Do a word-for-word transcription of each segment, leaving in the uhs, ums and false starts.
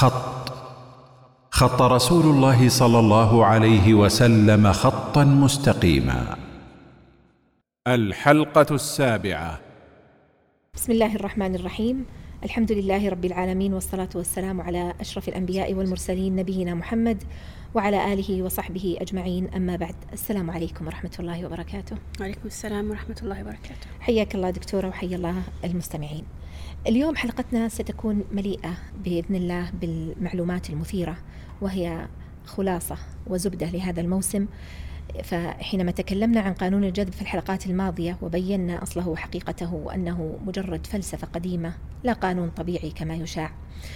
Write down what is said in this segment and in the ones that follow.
خط خط رسول الله صلى الله عليه وسلم خطا مستقيما. الحلقة السابعة. بسم الله الرحمن الرحيم. الحمد لله رب العالمين، والصلاة والسلام على أشرف الأنبياء والمرسلين نبينا محمد وعلى آله وصحبه أجمعين، أما بعد. السلام عليكم ورحمة الله وبركاته. وعليكم السلام ورحمة الله وبركاته. حياك الله دكتورة وحيا الله المستمعين. اليوم حلقتنا ستكون مليئة بإذن الله بالمعلومات المثيرة، وهي خلاصة وزبدة لهذا الموسم. فحينما تكلمنا عن قانون الجذب في الحلقات الماضية وبينا أصله وحقيقته، وأنه مجرد فلسفة قديمة لا قانون طبيعي كما يشاع،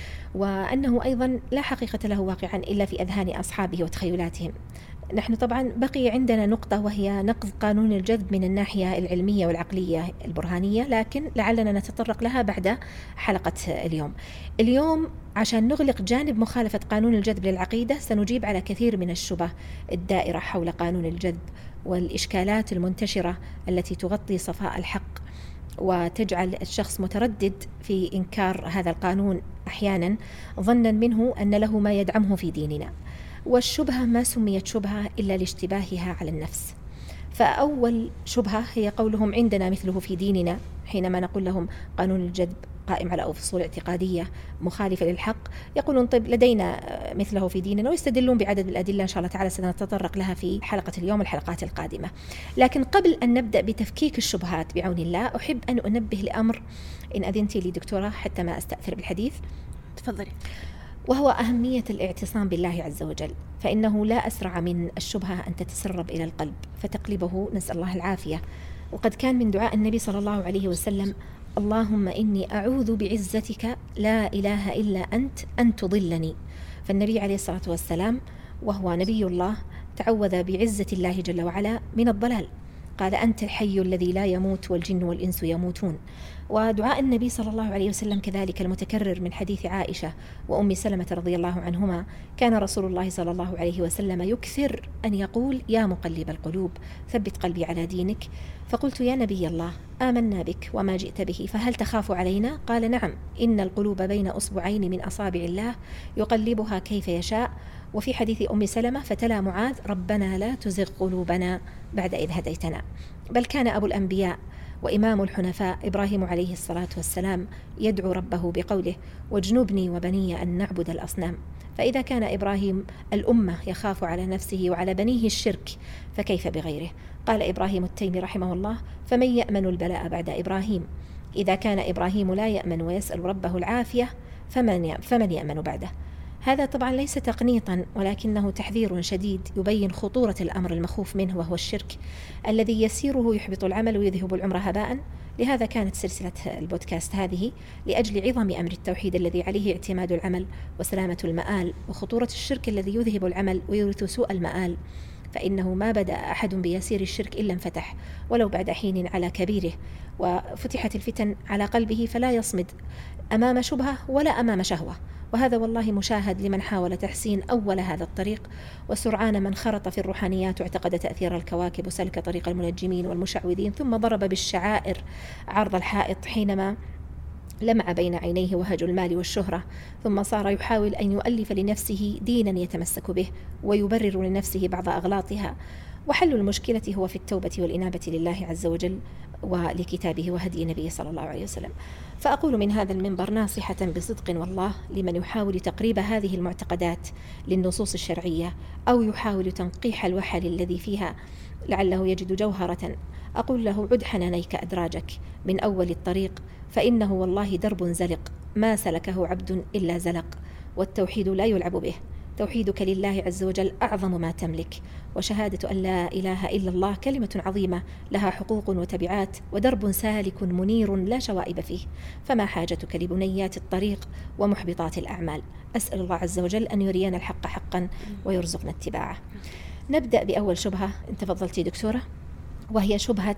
وأنه أيضا لا حقيقة له واقعا إلا في أذهان أصحابه وتخيلاتهم. نحن طبعا بقي عندنا نقطة، وهي نقض قانون الجذب من الناحية العلمية والعقلية البرهانية، لكن لعلنا نتطرق لها بعد حلقة اليوم. اليوم عشان نغلق جانب مخالفة قانون الجذب للعقيدة، سنجيب على كثير من الشبه الدائرة حول قانون الجذب والإشكالات المنتشرة التي تغطي صفاء الحق وتجعل الشخص متردد في إنكار هذا القانون أحيانا، ظنا منه أن له ما يدعمه في ديننا. والشبهة ما سميت شبهة إلا لاشتباهها على النفس. فأول شبهة هي قولهم عندنا مثله في ديننا، حينما نقول لهم قانون الجذب قائم على أصول اعتقادية مخالفة للحق، يقولون طيب لدينا مثله في ديننا، ويستدلون بعدد من الأدلة إن شاء الله تعالى سنتطرق لها في حلقة اليوم والحلقات القادمة. لكن قبل أن نبدأ بتفكيك الشبهات بعون الله، أحب أن أنبه لأمر إن أذنتي لي دكتورة حتى ما أستأثر بالحديث. تفضلي. وهو أهمية الاعتصام بالله عز وجل، فإنه لا أسرع من الشبهة أن تتسرب إلى القلب فتقلبه، نسأل الله العافية. وقد كان من دعاء النبي صلى الله عليه وسلم: اللهم إني أعوذ بعزتك لا إله إلا أنت أن تضلني. فالنبي عليه الصلاة والسلام وهو نبي الله تعوذ بعزة الله جل وعلا من الضلال، قال: أنت الحي الذي لا يموت والجن والإنس يموتون. ودعاء النبي صلى الله عليه وسلم كذلك المتكرر من حديث عائشة وأم سلمة رضي الله عنهما، كان رسول الله صلى الله عليه وسلم يكثر أن يقول: يا مقلب القلوب ثبت قلبي على دينك. فقلت: يا نبي الله، آمنا بك وما جئت به، فهل تخاف علينا؟ قال: نعم، إن القلوب بين أصبعين من أصابع الله يقلبها كيف يشاء. وفي حديث أم سلمة: فتلا معاذ: ربنا لا تزغ قلوبنا بعد إذ هديتنا. بل كان أبو الأنبياء وإمام الحنفاء إبراهيم عليه الصلاة والسلام يدعو ربه بقوله: واجنبني وبني أن نعبد الأصنام. فإذا كان إبراهيم الأمة يخاف على نفسه وعلى بنيه الشرك، فكيف بغيره؟ قال إبراهيم التيمي رحمه الله: فمن يأمن البلاء بعد إبراهيم؟ إذا كان إبراهيم لا يأمن ويسأل ربه العافية، فمن فمن يأمن بعده؟ هذا طبعا ليس تقنيطا، ولكنه تحذير شديد يبين خطورة الأمر المخوف منه، وهو الشرك الذي يسيره يحبط العمل ويذهب العمر هباء. لهذا كانت سلسلة البودكاست هذه لأجل عظم أمر التوحيد الذي عليه اعتماد العمل وسلامة المآل، وخطورة الشرك الذي يذهب العمل ويورث سوء المآل. فإنه ما بدأ أحد بيسير الشرك إلا انفتح ولو بعد حين على كبيره، وفتحت الفتن على قلبه فلا يصمد أمام شبهة ولا أمام شهوة. وهذا والله مشاهد لمن حاول تحسين أول هذا الطريق، وسرعان من خرط في الروحانيات واعتقد تأثير الكواكب وسلك طريق المنجمين والمشعوذين، ثم ضرب بالشعائر عرض الحائط حينما لمع بين عينيه وهج المال والشهرة، ثم صار يحاول أن يؤلف لنفسه دينا يتمسك به ويبرر لنفسه بعض أغلاطها. وحل المشكلة هو في التوبة والإنابة لله عز وجل ولكتابه وهدي نبيه صلى الله عليه وسلم. فأقول من هذا المنبر ناصحة بصدق والله لمن يحاول تقريب هذه المعتقدات للنصوص الشرعية، أو يحاول تنقيح الوحل الذي فيها لعله يجد جوهرة، أقول له: عد حنانيك أدراجك من أول الطريق، فإنه والله درب زلق ما سلكه عبد إلا زلق، والتوحيد لا يلعب به. توحيدك لله عز وجل أعظم ما تملك، وشهادة أن لا إله إلا الله كلمة عظيمة لها حقوق وتبعات، ودرب سالك منير لا شوائب فيه. فما حاجتك لبنيات الطريق ومحبطات الأعمال؟ أسأل الله عز وجل أن يرينا الحق حقا ويرزقنا اتباعه. نبدأ بأول شبهة، انت تفضلتي دكتورة، وهي شبهة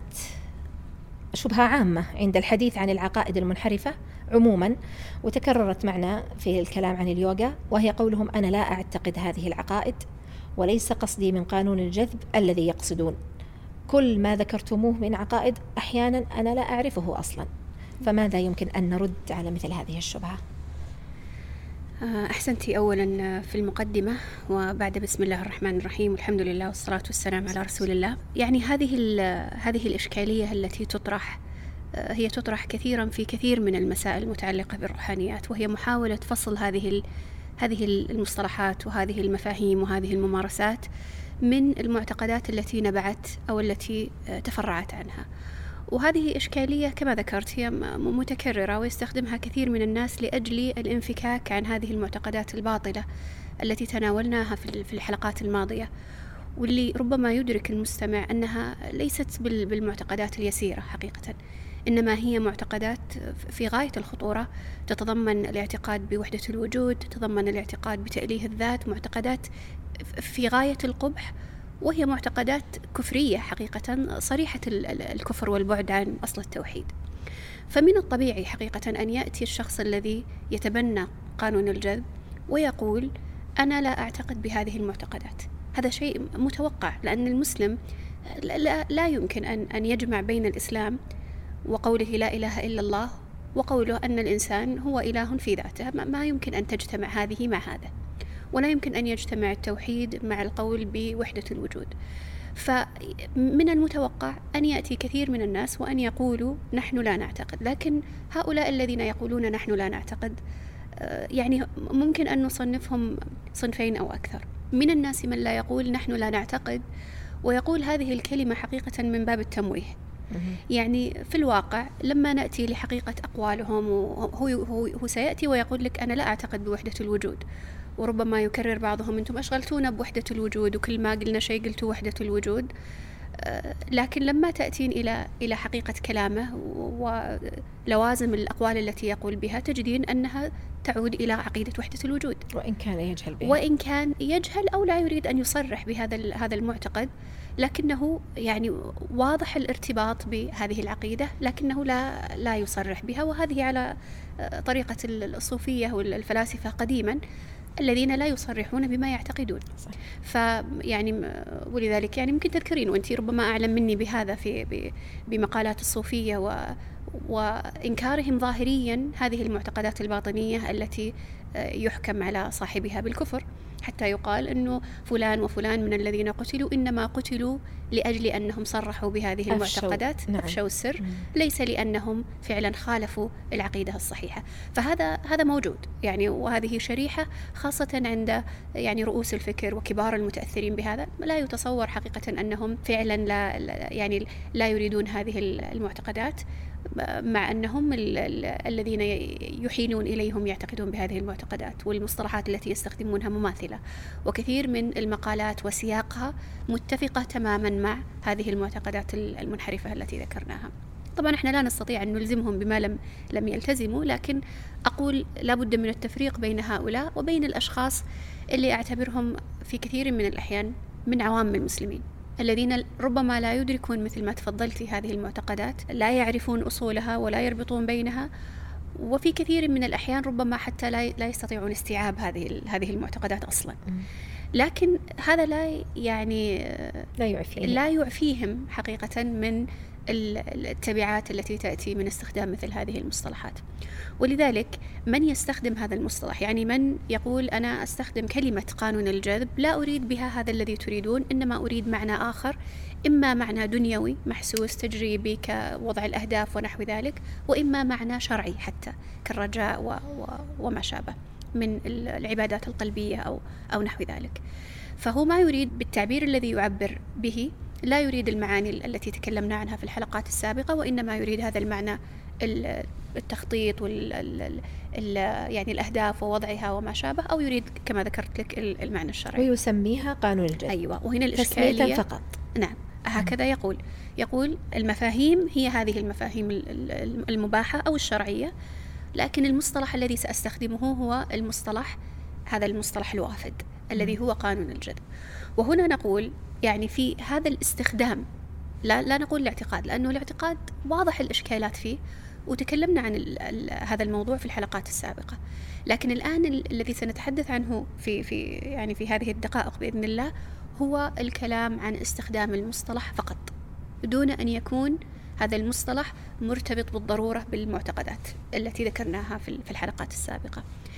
شبهة عامة عند الحديث عن العقائد المنحرفة عموما، وتكررت معنا في الكلام عن اليوغا، وهي قولهم: أنا لا أعتقد هذه العقائد، وليس قصدي من قانون الجذب الذي يقصدون. كل ما ذكرتموه من عقائد أحيانا أنا لا أعرفه أصلا. فماذا يمكن أن نرد على مثل هذه الشبهة؟ أحسنتي أولا في المقدمة، وبعد بسم الله الرحمن الرحيم والحمد لله والصلاة والسلام على رسول الله. يعني هذه هذه الإشكالية التي تطرح هي تطرح كثيرا في كثير من المسائل المتعلقة بالروحانيات، وهي محاولة فصل هذه هذه المصطلحات وهذه المفاهيم وهذه الممارسات من المعتقدات التي نبعت أو التي تفرعت عنها. وهذه إشكالية كما ذكرت هي متكررة، ويستخدمها كثير من الناس لأجل الانفكاك عن هذه المعتقدات الباطلة التي تناولناها في الحلقات الماضية، واللي ربما يدرك المستمع أنها ليست بالمعتقدات اليسيرة حقيقة، إنما هي معتقدات في غاية الخطورة، تتضمن الاعتقاد بوحدة الوجود، تتضمن الاعتقاد بتأليه الذات، معتقدات في غاية القبح، وهي معتقدات كفرية حقيقة صريحة الكفر والبعد عن أصل التوحيد. فمن الطبيعي حقيقة أن يأتي الشخص الذي يتبنى قانون الجذب ويقول أنا لا أعتقد بهذه المعتقدات. هذا شيء متوقع، لأن المسلم لا, لا يمكن أن, أن يجمع بين الإسلام وقوله لا إله إلا الله وقوله أن الإنسان هو إله في ذاته. ما يمكن أن تجتمع هذه مع هذا، ولا يمكن أن يجتمع التوحيد مع القول بوحدة الوجود. فمن المتوقع أن يأتي كثير من الناس وأن يقولوا نحن لا نعتقد. لكن هؤلاء الذين يقولون نحن لا نعتقد يعني ممكن أن نصنفهم صنفين أو أكثر. من الناس من لا يقول نحن لا نعتقد ويقول هذه الكلمة حقيقة من باب التمويه. يعني في الواقع لما نأتي لحقيقة أقوالهم، وهو هو هو سيأتي ويقول لك أنا لا أعتقد بوحدة الوجود، وربما يكرر بعضهم أنتم أشغلتونا بوحدة الوجود وكل ما قلنا شيء قلتوا وحدة الوجود. لكن لما تأتين إلى إلى حقيقة كلامه ولوازم الأقوال التي يقول بها تجدين أنها تعود إلى عقيدة وحدة الوجود، وإن كان يجهل بها، وإن كان يجهل أو لا يريد أن يصرح بهذا هذا المعتقد، لكنه يعني واضح الارتباط بهذه العقيدة، لكنه لا لا يصرح بها. وهذه على طريقة الصوفية والفلاسفة قديما الذين لا يصرحون بما يعتقدون. فيعني ولذلك يعني ممكن تذكرين وأنت ربما أعلم مني بهذا في بمقالات الصوفية و وإنكارهم ظاهريا هذه المعتقدات الباطنية التي يحكم على صاحبها بالكفر، حتى يقال أنه فلان وفلان من الذين قتلوا إنما قتلوا لأجل أنهم صرحوا بهذه المعتقدات، نعم. أفشوا السر، ليس لأنهم فعلا خالفوا العقيدة الصحيحة. فهذا هذا موجود يعني، وهذه شريحة خاصة عند يعني رؤوس الفكر وكبار المتأثرين بهذا، لا يتصور حقيقة أنهم فعلا لا يعني لا يريدون هذه المعتقدات، مع أنهم الذين يحيلون إليهم يعتقدون بهذه المعتقدات، والمصطلحات التي يستخدمونها مماثلة، وكثير من المقالات وسياقها متفقة تماما مع هذه المعتقدات المنحرفة التي ذكرناها. طبعا احنا لا نستطيع أن نلزمهم بما لم لم يلتزموا، لكن أقول لابد من التفريق بين هؤلاء وبين الأشخاص اللي أعتبرهم في كثير من الأحيان من عوام المسلمين، الذين ربما لا يدركون مثل ما تفضلتي هذه المعتقدات، لا يعرفون أصولها ولا يربطون بينها، وفي كثير من الأحيان ربما حتى لا لا يستطيعون استيعاب هذه هذه المعتقدات أصلا. لكن هذا لا يعني لا يعفيهم لا يعفيهم حقيقة من التبعات التي تأتي من استخدام مثل هذه المصطلحات. ولذلك من يستخدم هذا المصطلح، يعني من يقول أنا أستخدم كلمة قانون الجذب لا أريد بها هذا الذي تريدون، إنما أريد معنى آخر، إما معنى دنيوي محسوس تجريبي كوضع الأهداف ونحو ذلك، وإما معنى شرعي حتى كالرجاء و و وما شابه من العبادات القلبية أو أو نحو ذلك. فهو ما يريد بالتعبير الذي يعبر به، لا يريد المعاني التي تكلمنا عنها في الحلقات السابقة، وإنما يريد هذا المعنى التخطيط وال يعني الأهداف ووضعها وما شابه، أو يريد كما ذكرت لك المعنى الشرعي ويسميها قانون الجذب. أيوة، وهنا الإشكالية فقط. نعم، هكذا يقول يقول المفاهيم هي هذه المفاهيم المباحة أو الشرعية، لكن المصطلح الذي سأستخدمه هو المصطلح هذا المصطلح الوافد الذي هو قانون الجذب. وهنا نقول يعني في هذا الاستخدام لا, لا نقول الاعتقاد، لأنه الاعتقاد واضح الإشكالات فيه، وتكلمنا عن ال ال هذا الموضوع في الحلقات السابقة. لكن الآن الذي سنتحدث عنه في في يعني في هذه الدقائق بإذن الله هو الكلام عن استخدام المصطلح فقط، دون أن يكون هذا المصطلح مرتبط بالضرورة بالمعتقدات التي ذكرناها في الحلقات السابقة.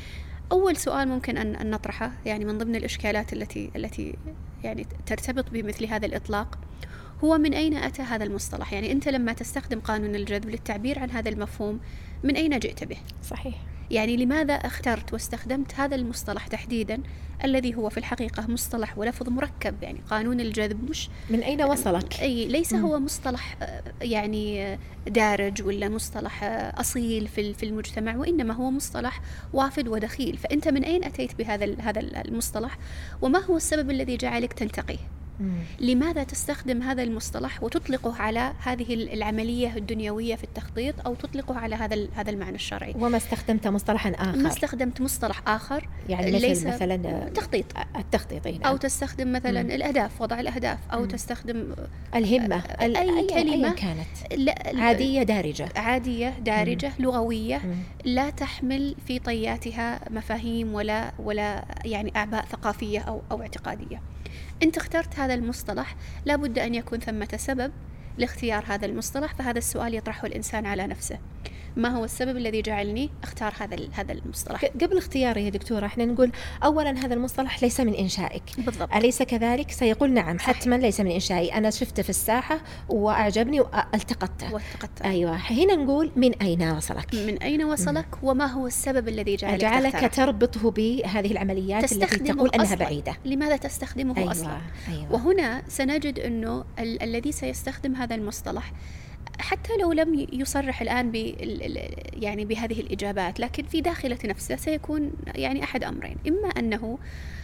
أول سؤال ممكن أن أن نطرحه يعني من ضمن الإشكالات التي التي يعني ترتبط بمثل هذا الإطلاق هو من أين أتى هذا المصطلح؟ يعني أنت لما تستخدم قانون الجذب للتعبير عن هذا المفهوم من أين جئت به؟ صحيح. يعني لماذا اخترت واستخدمت هذا المصطلح تحديدا الذي هو في الحقيقة مصطلح ولفظ مركب؟ يعني قانون الجذب مش من أين وصلك؟ أي ليس مم. هو مصطلح يعني دارج ولا مصطلح أصيل في في المجتمع، وإنما هو مصطلح وافد ودخيل. فأنت من أين أتيت بهذا هذا المصطلح، وما هو السبب الذي جعلك تنتقيه؟ لماذا تستخدم هذا المصطلح وتطلقه على هذه العملية الدنيوية في التخطيط، أو تطلقه على هذا هذا المعنى الشرعي؟ وما استخدمت مصطلحا آخر؟ ما استخدمت مصطلح آخر، يعني مثل مثلا تخطيط التخطيط، نعم. أو تستخدم مثلا مم. الأهداف، وضع الأهداف، أو مم. تستخدم الهمة، أي, أي كلمة أي كانت لا عادية دارجة عادية دارجة مم. لغوية مم. لا تحمل في طياتها مفاهيم ولا ولا يعني أعباء ثقافية أو أو اعتقادية. أنت اخترت هذا المصطلح، لابد أن يكون ثمة سبب لاختيار هذا المصطلح. فهذا السؤال يطرحه الإنسان على نفسه: ما هو السبب الذي جعلني اختار هذا هذا المصطلح؟ قبل اختياره يا دكتورة احنا نقول أولا هذا المصطلح ليس من إنشائك. بالضبط. أليس كذلك؟ سيقول نعم. صحيح. حتما ليس من إنشائي، أنا شفته في الساحة وأعجبني والتقطته. والتقطته. أيوة. هنا نقول من أين وصلك؟ من أين وصلك م. وما هو السبب الذي جعلك, جعلك تربطه بهذه العمليات التي تقول أنها أصلاً. بعيدة. لماذا تستخدمه أيوة. أصلا؟ أيوة. وهنا سنجد أنه ال- الذي سيستخدم هذا المصطلح حتى لو لم يصرح الآن ب يعني بهذه الإجابات، لكن في داخلة نفسه سيكون يعني أحد أمرين: إما أنه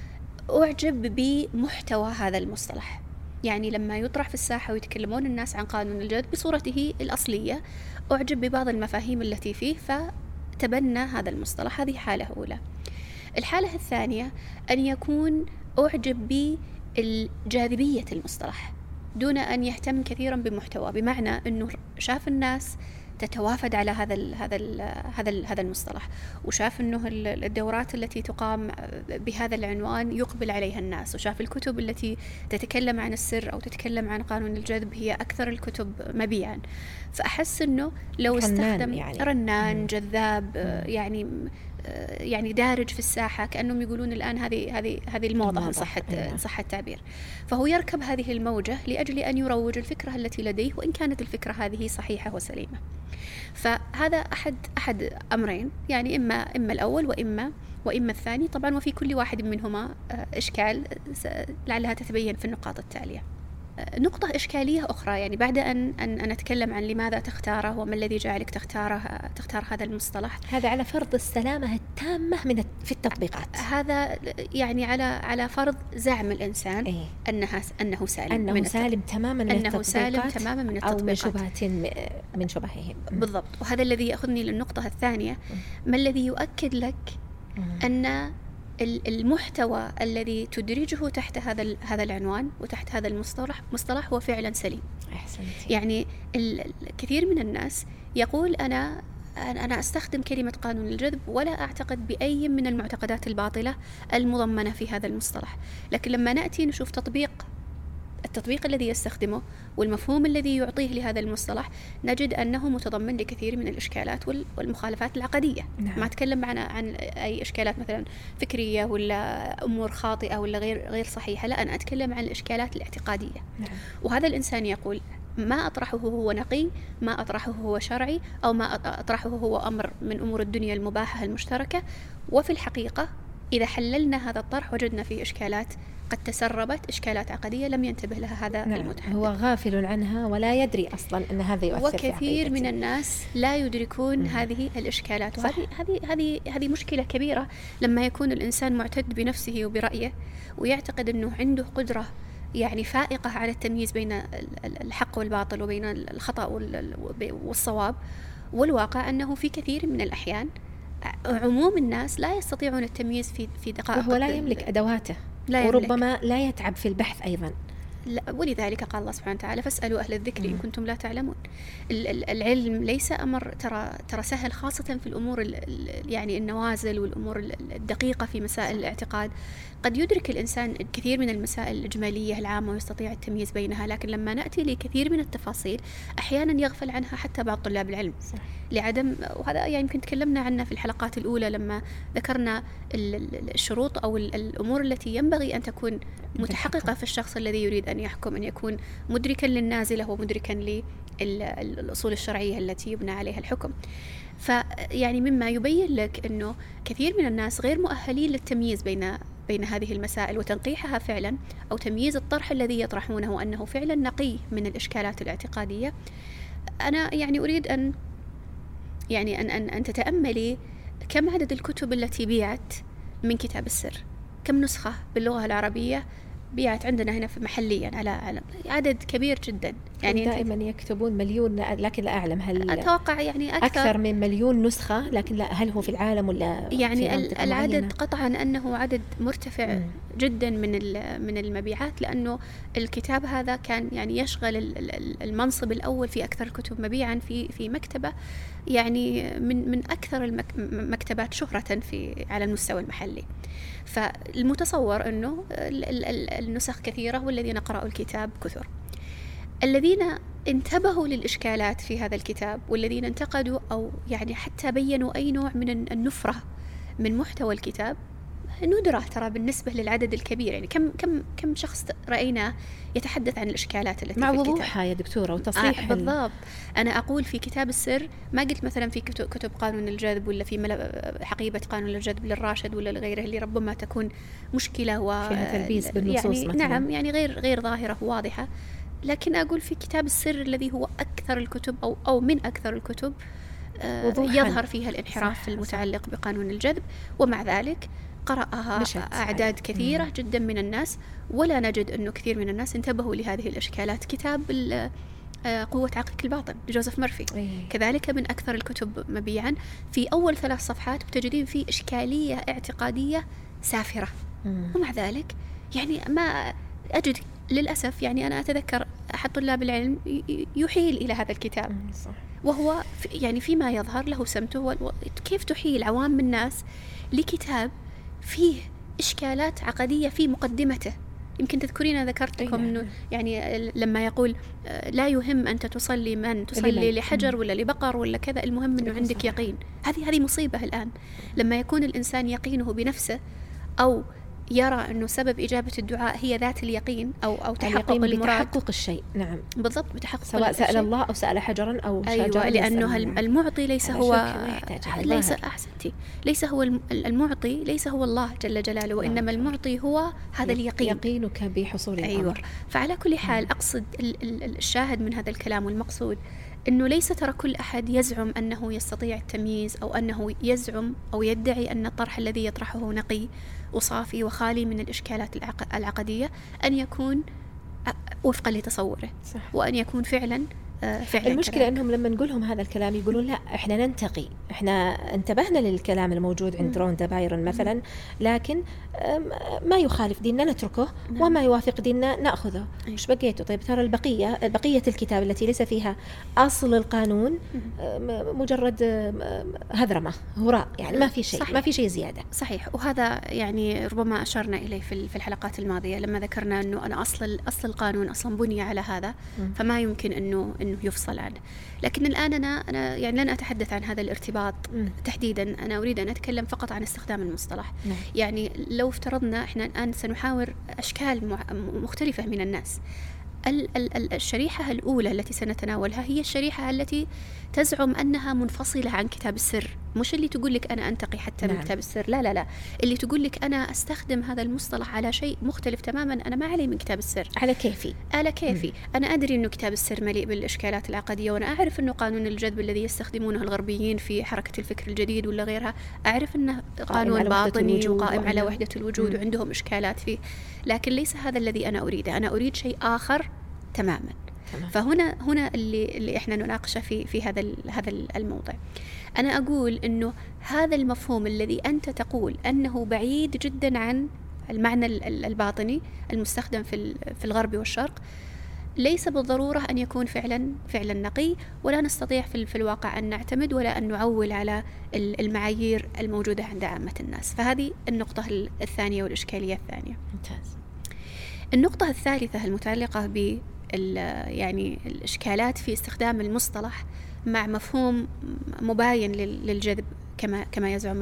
أعجب بمحتوى هذا المصطلح، يعني لما يطرح في الساحة ويتكلمون الناس عن قانون الجذب بصورته الأصلية أعجب ببعض المفاهيم التي فيه فتبنى هذا المصطلح. هذه حالة أولى. الحالة الثانية أن يكون أعجب بجاذبية المصطلح دون أن يهتم كثيرا بمحتوى، بمعنى أنه شاف الناس تتوافد على هذا ال هذا ال هذا ال هذا المصطلح، وشاف أنه الدورات التي تقام بهذا العنوان يقبل عليها الناس، وشاف الكتب التي تتكلم عن السر أو تتكلم عن قانون الجذب هي أكثر الكتب مبيعا. فأحس أنه لو استخدم يعني. رنان جذاب يعني يعني دارج في الساحة، كأنهم يقولون الآن هذه هذه هذه الموضة إن صح إن صح التعبير، فهو يركب هذه الموجة لأجل أن يروج الفكرة التي لديه، وإن كانت الفكرة هذه صحيحة وسليمة. فهذا أحد أحد أمرين، يعني إما إما الأول وإما وإما الثاني طبعا، وفي كل واحد منهما إشكال لعلها تتبين في النقاط التالية. نقطة إشكالية أخرى، يعني بعد أن أن أتكلم عن لماذا تختاره وما الذي جعلك تختاره تختار هذا المصطلح، هذا على فرض السلامة التامة من في التطبيقات. هذا يعني على على فرض زعم الإنسان إيه؟ أنها أنه سالم أنه من سالم تماما من أنه التطبيقات سالم تماما من التطبيقات أو من شبهة من شبههم. بالضبط. وهذا الذي يأخذني للنقطة الثانية: ما الذي يؤكد لك أن المحتوى الذي تدرجه تحت هذا هذا العنوان وتحت هذا المصطلح مصطلح هو فعلا سليم؟ أحسنتي. يعني الكثير من الناس يقول أنا أنا أستخدم كلمة قانون الجذب ولا أعتقد بأي من المعتقدات الباطلة المضمنة في هذا المصطلح، لكن لما نأتي نشوف تطبيق التطبيق الذي يستخدمه والمفهوم الذي يعطيه لهذا المصطلح نجد أنه متضمن لكثير من الإشكالات والمخالفات العقدية. نعم. ما أتكلم عن عن أي إشكالات مثلا فكرية ولا أمور خاطئة ولا غير غير صحيحة، لا، أنا أتكلم عن الإشكالات الاعتقادية. نعم. وهذا الإنسان يقول ما أطرحه هو نقي، ما أطرحه هو شرعي، أو ما أطرحه هو أمر من أمور الدنيا المباحة المشتركة. وفي الحقيقة إذا حللنا هذا الطرح وجدنا فيه إشكالات قد تسربت، إشكالات عقدية لم ينتبه لها هذا نعم. المتحدث، هو غافل عنها ولا يدري أصلا أن هذا يؤثر في وكثير من الناس لا يدركون مم. هذه الإشكالات. وهذه هذه هذه هذه مشكلة كبيرة لما يكون الإنسان معتد بنفسه وبرأيه ويعتقد أنه عنده قدرة يعني فائقة على التمييز بين الحق والباطل وبين الخطأ والصواب، والواقع أنه في كثير من الأحيان عموم الناس لا يستطيعون التمييز في في دقائق، وهو لا يملك أدواته، لا وربما يملك. لا يتعب في البحث أيضا. ولذلك قال الله سبحانه وتعالى: فاسألوا أهل الذكر إن كنتم لا تعلمون. العلم ليس أمر ترى ترى سهل، خاصة في الأمور يعني النوازل والأمور الدقيقة في مسائل الاعتقاد. قد يدرك الإنسان كثير من المسائل الإجمالية العامة ويستطيع التمييز بينها، لكن لما نأتي لكثير من التفاصيل أحيانا يغفل عنها حتى بعض طلاب العلم. صح. لعدم، وهذا يعني يمكن تكلمنا عنه في الحلقات الأولى لما ذكرنا الشروط أو الأمور التي ينبغي أن تكون متحققة في الشخص الذي يريد أن يحكم، أن يكون مدركا للنازلة ومدركا للأصول الشرعية التي يبنى عليها الحكم. فيعني مما يبين لك أنه كثير من الناس غير مؤهلين للتمييز بين بين هذه المسائل وتنقيحها فعلا، أو تمييز الطرح الذي يطرحونه أنه فعلا نقي من الإشكالات الاعتقادية. أنا يعني أريد أن يعني أن أن أن تتأملي كم عدد الكتب التي بيعت من كتاب السر، كم نسخة باللغة العربية بيعت عندنا هنا في محليا على على عدد كبير جدا. يعني دائما يكتبون مليون، لكن لا أعلم هل أتوقع يعني أكثر, أكثر من مليون نسخة، لكن لا هل هو في العالم ولا يعني العدد معينة؟ قطعا أنه عدد مرتفع م. جدا من من المبيعات، لأنه الكتاب هذا كان يعني يشغل المنصب الأول في أكثر الكتب مبيعا في في مكتبة، يعني من من أكثر المكتبات شهرة في على المستوى المحلي. فالمتصور أنه النسخ كثيرة والذين قرأوا الكتاب كثر. الذين انتبهوا للإشكالات في هذا الكتاب والذين انتقدوا أو يعني حتى بينوا أي نوع من النفرة من محتوى الكتاب ندرة ترى بالنسبة للعدد الكبير. يعني كم كم كم شخص رأينا يتحدث عن الإشكالات التي مع في الكتاب وضوحها يا دكتورة وتصريح آه بالضبط. أنا أقول في كتاب السر، ما قلت مثلا في كتب قانون الجذب ولا في حقيبة قانون الجذب للراشد ولا لغيره اللي ربما تكون مشكلة و فيها تلبيس بالنصوص يعني مثلاً. نعم يعني غير غير ظاهرة واضحة، لكن أقول في كتاب السر الذي هو أكثر الكتب أو أو من أكثر الكتب آه يظهر فيها الانحراف صح المتعلق صح. بقانون الجذب، ومع ذلك قرأها أعداد كثيرة مم. جدا من الناس، ولا نجد أنه كثير من الناس انتبهوا لهذه الإشكالات. كتاب قوة عقلك الباطن لجوزيف مورفي أيه. كذلك من أكثر الكتب مبيعا، في أول ثلاث صفحات بتجدين فيه إشكالية اعتقادية سافرة مم. ومع ذلك يعني ما أجد للأسف، يعني أنا أتذكر أحد طلاب العلم يحيل إلى هذا الكتاب صح. وهو يعني فيما يظهر له سمته. كيف تحيل عوام الناس لكتاب فيه إشكالات عقدية في مقدمته؟ يمكن تذكرين ذكرت لكم أنه يعني لما يقول لا يهم أنت تصلي من تصلي لحجر ولا لبقر ولا كذا، المهم أنه عندك يقين. هذه هذه مصيبة الآن لما يكون الإنسان يقينه بنفسه أو يرى أنه سبب إجابة الدعاء هي ذات اليقين أو أو تحقق المراد، بتحقق الشيء. نعم بالضبط، بتحقق سواء سأل الشيء. الله أو سأل حجرا أو شجرا. أيوة، لأنه المعطي ليس هو ليس أحسنتي ليس هو المعطي ليس هو الله جل جلاله، وإنما المعطي هو هذا اليقين، يقينك بحصول الأمر. أيوة. فعلى كل حال أقصد الشاهد من هذا الكلام والمقصود أنه ليس ترى كل أحد يزعم أنه يستطيع التمييز أو أنه يزعم أو يدعي أن الطرح الذي يطرحه نقي وصافي وخالي من الإشكالات العقدية أن يكون وفقا لتصوره صح. وأن يكون فعلا فعلا. المشكلة كلام. أنهم لما نقولهم هذا الكلام يقولون لا إحنا ننتقي، إحنا انتبهنا للكلام الموجود عند روندا بايرن مثلا، لكن ما يخالف ديننا نتركه مم. وما يوافق ديننا نأخذه. إيش بقيته؟ طيب ترى البقية بقية الكتاب التي ليس فيها أصل القانون مجرد هذرمة هراء، يعني ما في شيء صحيح. ما في شيء زيادة. صحيح. وهذا يعني ربما أشرنا إليه في الحلقات الماضية لما ذكرنا أنه أنا أصل أصل القانون أصلا بني على هذا مم. فما يمكن أنه إنه يفصل عنه. لكن الآن أنا أنا يعني لن أتحدث عن هذا الارتباط م. تحديدا، أنا أريد أن أتكلم فقط عن استخدام المصطلح. م. يعني لو افترضنا إحنا الآن سنحاور أشكال مختلفة من الناس، الشريحة الأولى التي سنتناولها هي الشريحة التي تزعم أنها منفصلة عن كتاب السر، مش اللي تقول لك أنا أنتقي حتى نعم. من كتاب السر، لا لا لا، اللي تقول لك أنا أستخدم هذا المصطلح على شيء مختلف تماما، أنا ما علي من كتاب السر، على كيفي على كيفي. م. أنا أدري أنه كتاب السر مليء بالإشكالات العقدية، وأنا أعرف أنه قانون الجذب الذي يستخدمونه الغربيين في حركة الفكر الجديد ولا غيرها، أعرف أنه قانون باطني وقائم على وحدة الوجود م. وعندهم إشكالات فيه، لكن ليس هذا الذي أنا أريده. أنا أريد شيء آخر تماما. تمام. فهنا هنا اللي اللي احنا نناقشه في في هذا هذا الموضوع. انا اقول انه هذا المفهوم الذي انت تقول انه بعيد جدا عن المعنى الباطني المستخدم في في الغرب والشرق، ليس بالضرورة أن يكون فعلا فعلا نقي، ولا نستطيع في, في الواقع أن نعتمد ولا أن نعول على المعايير الموجودة عند عامة الناس. فهذه النقطة الثانية والإشكالية الثانية. ممتاز. النقطة الثالثة المتعلقة ب يعني الإشكالات في استخدام المصطلح مع مفهوم مباين للجذب كما كما يزعم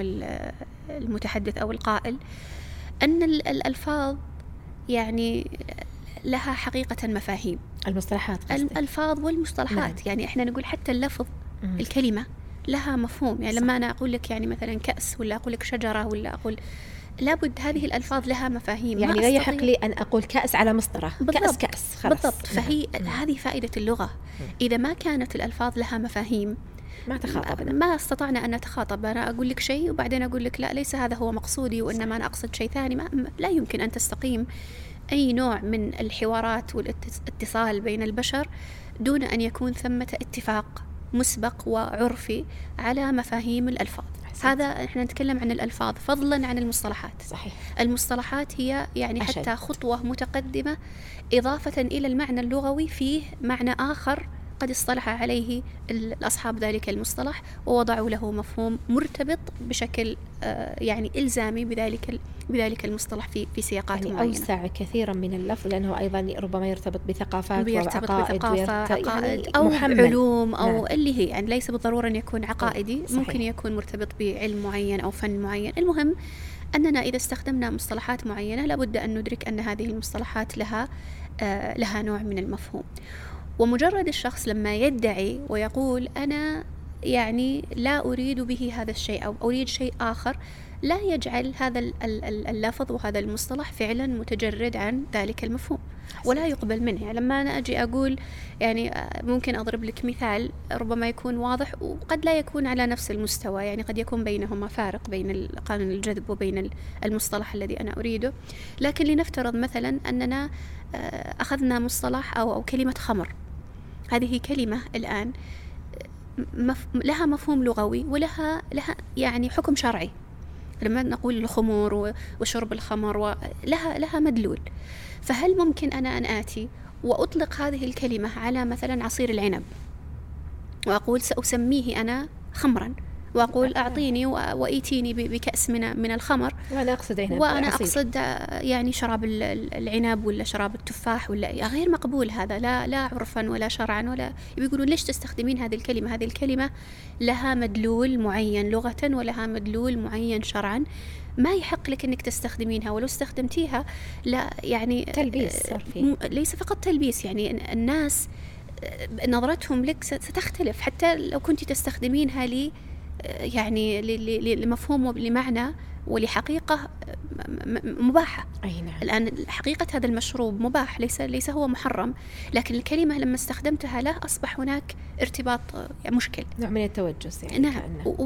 المتحدث أو القائل، أن الألفاظ يعني لها حقيقة مفاهيم. المصطلحات الألفاظ والمصطلحات. نعم. يعني إحنا نقول حتى اللفظ مم. الكلمة لها مفهوم. يعني صح. لما أنا أقول لك يعني مثلا كأس، ولا أقول لك شجرة، ولا أقول لابد هذه الألفاظ لها مفاهيم. يعني لا يحق لي أن أقول كأس على مسطرة. كأس كأس خلاص. بالضبط. فهي مم. هذه فائدة اللغة. مم. إذا ما كانت الألفاظ لها مفاهيم ما تخاطبنا، ما استطعنا أن نتخاطب. أنا أقول لك شيء وبعدين أقول لك لا، ليس هذا هو مقصودي، وإنما أنا أقصد شيء ثاني. ما لا يمكن أن تستقيم أي نوع من الحوارات والاتصال بين البشر دون أن يكون ثمة اتفاق مسبق وعرفي على مفاهيم الألفاظ. حسن. هذا إحنا نتكلم عن الألفاظ فضلا عن المصطلحات. صحيح. المصطلحات هي يعني أشد. حتى خطوة متقدمة إضافة إلى المعنى اللغوي، فيه معنى آخر قد اصطلح عليه الأصحاب ذلك المصطلح ووضعوا له مفهوم مرتبط بشكل يعني إلزامي بذلك بذلك المصطلح في في سياقات يعني معينة. أوسع كثيرا من اللفظ، لأنه أيضا ربما يرتبط بثقافات وعقائد يعني أو محمل. علوم أو نعم. اللي هي يعني ليس بالضرورة أن يكون عقائدي. صحيح. ممكن يكون مرتبط بعلم معين أو فن معين. المهم أننا إذا استخدمنا مصطلحات معينة لابد أن ندرك أن هذه المصطلحات لها آه لها نوع من المفهوم. ومجرد الشخص لما يدعي ويقول أنا يعني لا أريد به هذا الشيء أو أريد شيء آخر، لا يجعل هذا اللفظ وهذا المصطلح فعلا متجرد عن ذلك المفهوم ولا يقبل منه. يعني لما أنا أجي أقول يعني ممكن أضرب لك مثال ربما يكون واضح وقد لا يكون على نفس المستوى، يعني قد يكون بينهما فارق بين قانون الجذب وبين المصطلح الذي أنا أريده. لكن لنفترض مثلا أننا أخذنا مصطلح أو, أو كلمة خمر. هذه كلمة الآن مف... لها مفهوم لغوي ولها لها يعني حكم شرعي. لما نقول الخمور وشرب الخمر ولها لها مدلول. فهل ممكن أنا أن آتي وأطلق هذه الكلمة على مثلا عصير العنب وأقول سأسميه أنا خمرا، وأقول أعطيني وإيتيني بكأس من من الخمر وأنا أقصد عنب وأنا أقصد يعني شراب العنب ولا شراب التفاح ولا غير مقبول. هذا لا لا عرفا ولا شرعا ولا. يقولون ليش تستخدمين هذه الكلمة؟ هذه الكلمة لها مدلول معين لغة ولها مدلول معين شرعا، ما يحق لك أنك تستخدمينها، ولو استخدمتيها لا يعني تلبيس. ليس فقط تلبيس، يعني الناس نظرتهم لك ستختلف حتى لو كنت تستخدمينها لي يعني لمفهوم ولمعنى ولحقيقة مباحة. أي نعم. الآن حقيقة هذا المشروب مباح، ليس ليس هو محرم، لكن الكلمة لما استخدمتها له أصبح هناك ارتباط يعني مشكل، نوع من التوجس يعني. نعم.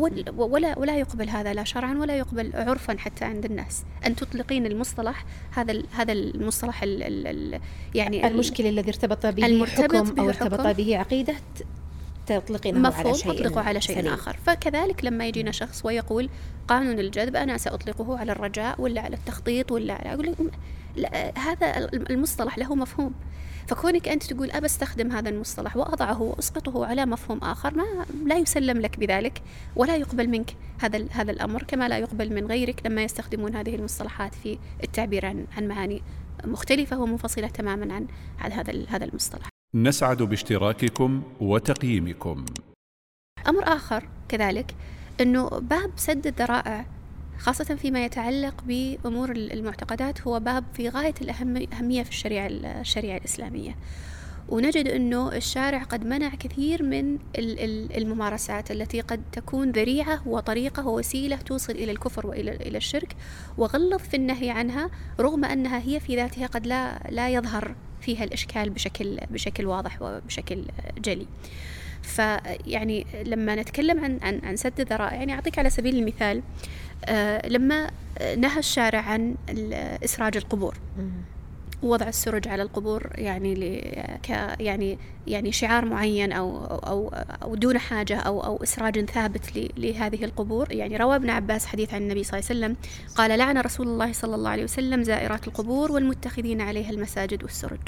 ولا ولا يقبل هذا لا شرعا ولا يقبل عرفا حتى عند الناس أن تطلقين المصطلح هذا هذا المصطلح ال ال يعني المشكل الذي ارتبط به حكم أو ارتبط به عقيدة تطلقينه على شيء تطلقه على شيء سليم. آخر. فكذلك لما يجينا شخص ويقول قانون الجذب أنا سأطلقه على الرجاء ولا على التخطيط ولا على أقول هذا المصطلح له مفهوم. فكونك أنت تقول أبى استخدم هذا المصطلح وأضعه وأسقطه على مفهوم آخر، ما لا يسلم لك بذلك ولا يقبل منك هذا هذا الأمر، كما لا يقبل من غيرك لما يستخدمون هذه المصطلحات في التعبير عن عن معاني مختلفة ومنفصلة تماما عن عن هذا هذا المصطلح. نسعد باشتراككم وتقييمكم. أمر آخر كذلك أنه باب سد الذرائع خاصة فيما يتعلق بأمور المعتقدات هو باب في غاية الأهمية في الشريعة الشريعة الإسلامية، ونجد أنه الشارع قد منع كثير من الممارسات التي قد تكون ذريعة وطريقة ووسيلة توصل إلى الكفر وإلى إلى الشرك، وغلظ في النهي عنها رغم أنها هي في ذاتها قد لا لا يظهر فيها الإشكال بشكل بشكل واضح وبشكل جلي. فيعني لما نتكلم عن عن عن سد الذرائع، يعني أعطيك على سبيل المثال آه لما نهى الشارع عن إسراج القبور ووضع السرج على القبور يعني ك يعني يعني شعار معين أو أو أو دون حاجة أو أو إسراج ثابت لهذه القبور. يعني روى ابن عباس حديث عن النبي صلى الله عليه وسلم قال: لعن رسول الله صلى الله عليه وسلم زائرات القبور والمتخذين عليها المساجد والسرج.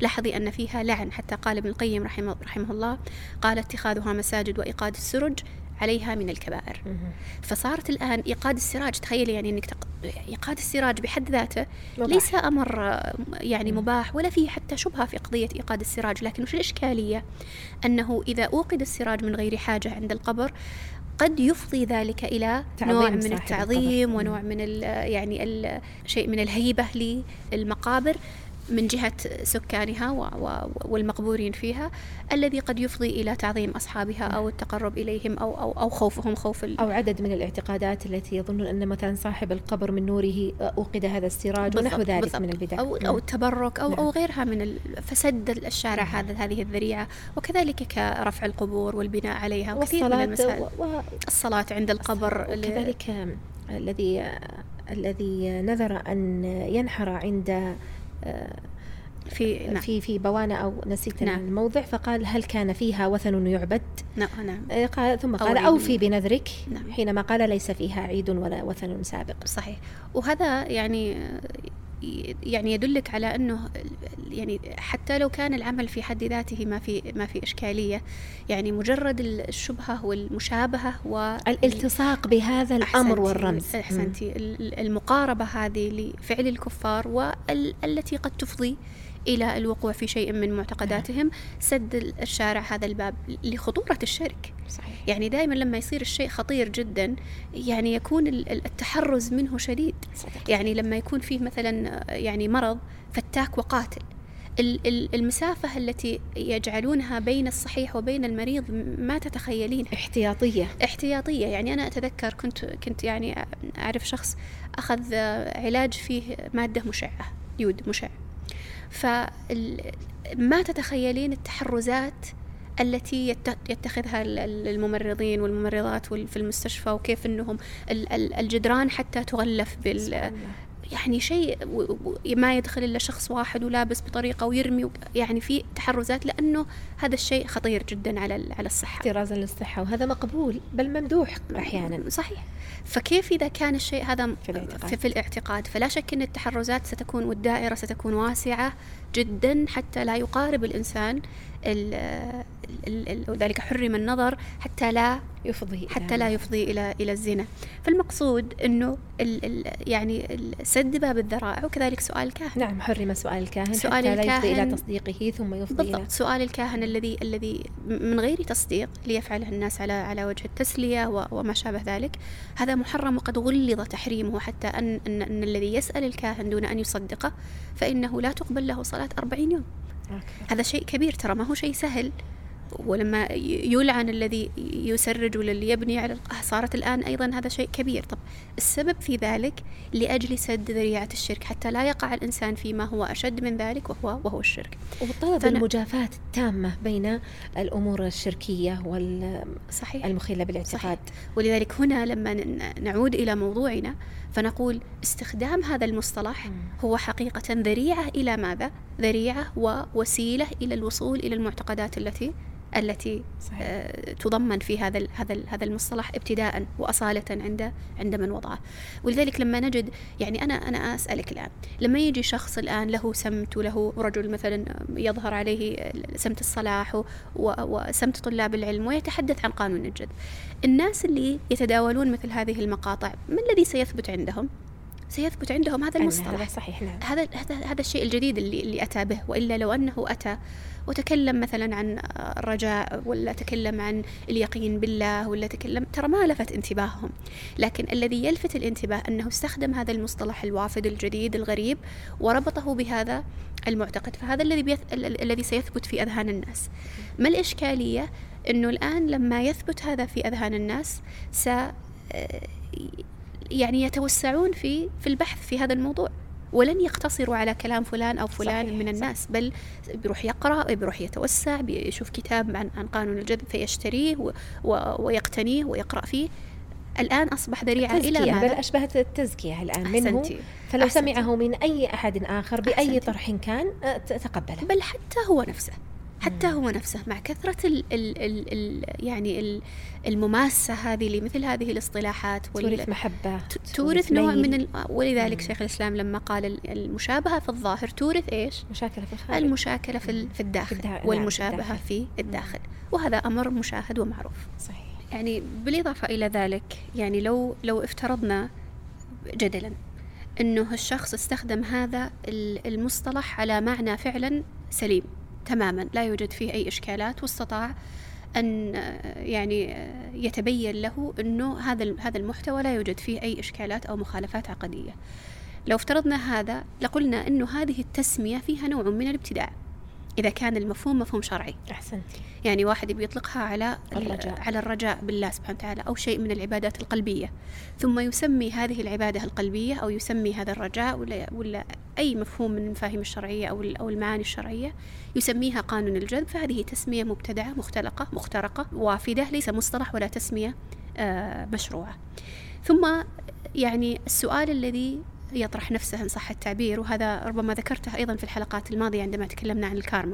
لاحظي أن فيها لعن، حتى قال ابن القيم رحمه, رحمه الله قال اتخاذها مساجد وإيقاد السرج عليها من الكبائر. فصارت الآن إيقاد السراج، تخيلي يعني أنك تق... إيقاد السراج بحد ذاته مباح. ليس أمر يعني مباح ولا فيه حتى شبهة في قضية إيقاد السراج، لكن وش الإشكالية؟ أنه إذا أوقد السراج من غير حاجة عند القبر قد يفضي ذلك إلى نوع من التعظيم ونوع من ال يعني ال شيء من الهيبة للمقابر من جهة سكانها والمقبورين فيها، الذي قد يفضي إلى تعظيم أصحابها أو التقرب إليهم أو أو أو خوفهم خوف أو عدد من الاعتقادات التي يظنون أن مثلا صاحب القبر من نوره أوقد هذا السراج ونحو ذلك بالضبط. من البدع أو أو التبرك أو نعم. أو غيرها من فسد الشارع نعم. هذا هذه الذريعة، وكذلك كرفع القبور والبناء عليها وكثير من المسائل و... الصلاة عند القبر وكذلك الذي الذي نذر أن ينحر عند في نعم. في في بوانة أو نسيت نعم. الموضع، فقال هل كان فيها وثن يعبد؟ نعم نعم. قال ثم قال أو أوفي بنذرك نعم. حينما قال ليس فيها عيد ولا وثن سابق. صحيح. وهذا يعني يعني يدلك على أنه يعني حتى لو كان العمل في حد ذاته ما في ما في إشكالية، يعني مجرد الشبهة والمشابهة والالتصاق بهذا الأمر والرمز، أحسنتي، المقاربة هذه لفعل الكفار والتي قد تفضي إلى الوقوع في شيء من معتقداتهم، سد الشارع هذا الباب لخطورة الشرك. صحيح. يعني دائما لما يصير الشيء خطير جدا يعني يكون التحرز منه شديد. صدق. يعني لما يكون فيه مثلا يعني مرض فتاك وقاتل، المسافة التي يجعلونها بين الصحيح وبين المريض ما تتخيلين. احتياطية احتياطية. يعني أنا أتذكر كنت كنت يعني أعرف شخص أخذ علاج فيه مادة مشعة، يود مشع، فما تتخيلين التحرزات التي يتخذها الممرضين والممرضات في المستشفى، وكيف أنهم الجدران حتى تغلف بال يعني شيء ما يدخل إلا شخص واحد ولابس بطريقة ويرمي، يعني في تحرزات، لأنه هذا الشيء خطير جدا على على الصحة، احترازا للصحة، وهذا مقبول بل ممدوح أحيانا. صحيح. فكيف إذا كان الشيء هذا في الاعتقاد. في, في الاعتقاد فلا شك أن التحرزات ستكون والدائرة ستكون واسعة جدا حتى لا يقارب الإنسان ال ال وذلك حرم النظر حتى لا يفضي حتى لا يفضي إلى إلى الزنا. فالمقصود إنه ال ال يعني سد باب الذرائع، وكذلك سؤال الكاهن. نعم، حرم سؤال الكاهن سؤال حتى الكاهن لا يفضي إلى تصديقه ثم يفضي بالضبط. إلى سؤال الكاهن الذي الذي من غير تصديق ليفعله الناس على على وجه التسلية وما شابه ذلك، هذا محرم وقد غلظ تحريمه، حتى أن أن, أن الذي يسأل الكاهن دون أن يصدقه فإنه لا تقبل له صلاة أربعين يوم. أوكي. هذا شيء كبير ترى، ما هو شيء سهل. ولما يلعن الذي يسرج واللي يبني على صارت الآن أيضا هذا شيء كبير. طب السبب في ذلك لأجل سد ذريعة الشرك حتى لا يقع الإنسان فيما هو أشد من ذلك وهو وهو الشرك. وطلب المجافاة التامة بين الأمور الشركية والمخلة بالاعتقاد. ولذلك هنا لما نعود إلى موضوعنا فنقول استخدام هذا المصطلح هو حقيقة ذريعة إلى ماذا؟ ذريعة ووسيلة إلى الوصول إلى المعتقدات التي التي آه تضمن في هذا هذا هذا المصطلح ابتداء وأصالة عند عند من وضعه. ولذلك لما نجد يعني أنا أنا أسألك الآن، لما يجي شخص الآن له سمت وله رجل مثلا يظهر عليه سمت الصلاح وسمت طلاب العلم ويتحدث عن قانون الجذب، الناس اللي يتداولون مثل هذه المقاطع ما الذي سيثبت عندهم؟ سيثبت عندهم هذا المصطلح. صحيح. نعم. هذا هذا هذا الشيء الجديد اللي اللي أتى به. وإلا لو أنه أتى وتكلم مثلا عن الرجاء ولا تكلم عن اليقين بالله ولا تكلم، ترى ما لفت انتباههم. لكن الذي يلفت الانتباه أنه استخدم هذا المصطلح الوافد الجديد الغريب وربطه بهذا المعتقد، فهذا الذي بيث... الذي سيثبت في أذهان الناس. ما الإشكالية؟ أنه الآن لما يثبت هذا في أذهان الناس س يعني يتوسعون في في البحث في هذا الموضوع، ولن يقتصروا على كلام فلان أو فلان صحيح. من الناس، بل بيروح يقرأ، بيروح يتوسع، بيشوف كتاب عن عن قانون الجذب فيشتريه و... و... ويقتنيه ويقرأ فيه. الآن أصبح ذريعة إلى ماذا؟ بل أشبهت التزكية الآن منه، فلو أحسنتي. سمعه من أي أحد آخر بأي أحسنتي. طرح كان تقبله، بل حتى هو نفسه حتى هو نفسه مع كثرة ال ال ال ال يعني ال المماسة هذه لمثل هذه الاصطلاحات تورث محبة، تورث نوع من ال... ولذلك شيخ الإسلام لما قال المشابهة في الظاهر تورث إيش؟ مشاكلة في الخارج، المشاكلة في, ال... في الداخل، في الداخل والمشابهة في الداخل، وهذا أمر مشاهد ومعروف. صحيح. يعني بالإضافة إلى ذلك، يعني لو لو افترضنا جدلا أنه الشخص استخدم هذا المصطلح على معنى فعلا سليم تماما، لا يوجد فيه أي إشكالات، واستطاع أن يعني يتبين له أنه هذا هذا المحتوى لا يوجد فيه أي إشكالات أو مخالفات عقدية، لو افترضنا هذا لقلنا أنه هذه التسمية فيها نوع من الابتداع إذا كان المفهوم مفهوم شرعي. أحسنتي. يعني واحد بيطلقها على الرجاء. على الرجاء بالله سبحانه وتعالى أو شيء من العبادات القلبية، ثم يسمي هذه العبادة القلبية أو يسمي هذا الرجاء ولا ولا أي مفهوم من المفاهيم الشرعية أو أو المعاني الشرعية يسميها قانون الجذب، فهذه تسمية مبتدعة مختلقة مخترقة وافدة، ليس مصطلح ولا تسمية آه مشروعة. ثم يعني السؤال الذي يطرح نفسه إن صح التعبير، وهذا ربما ذكرته أيضا في الحلقات الماضية عندما تكلمنا عن الكارما،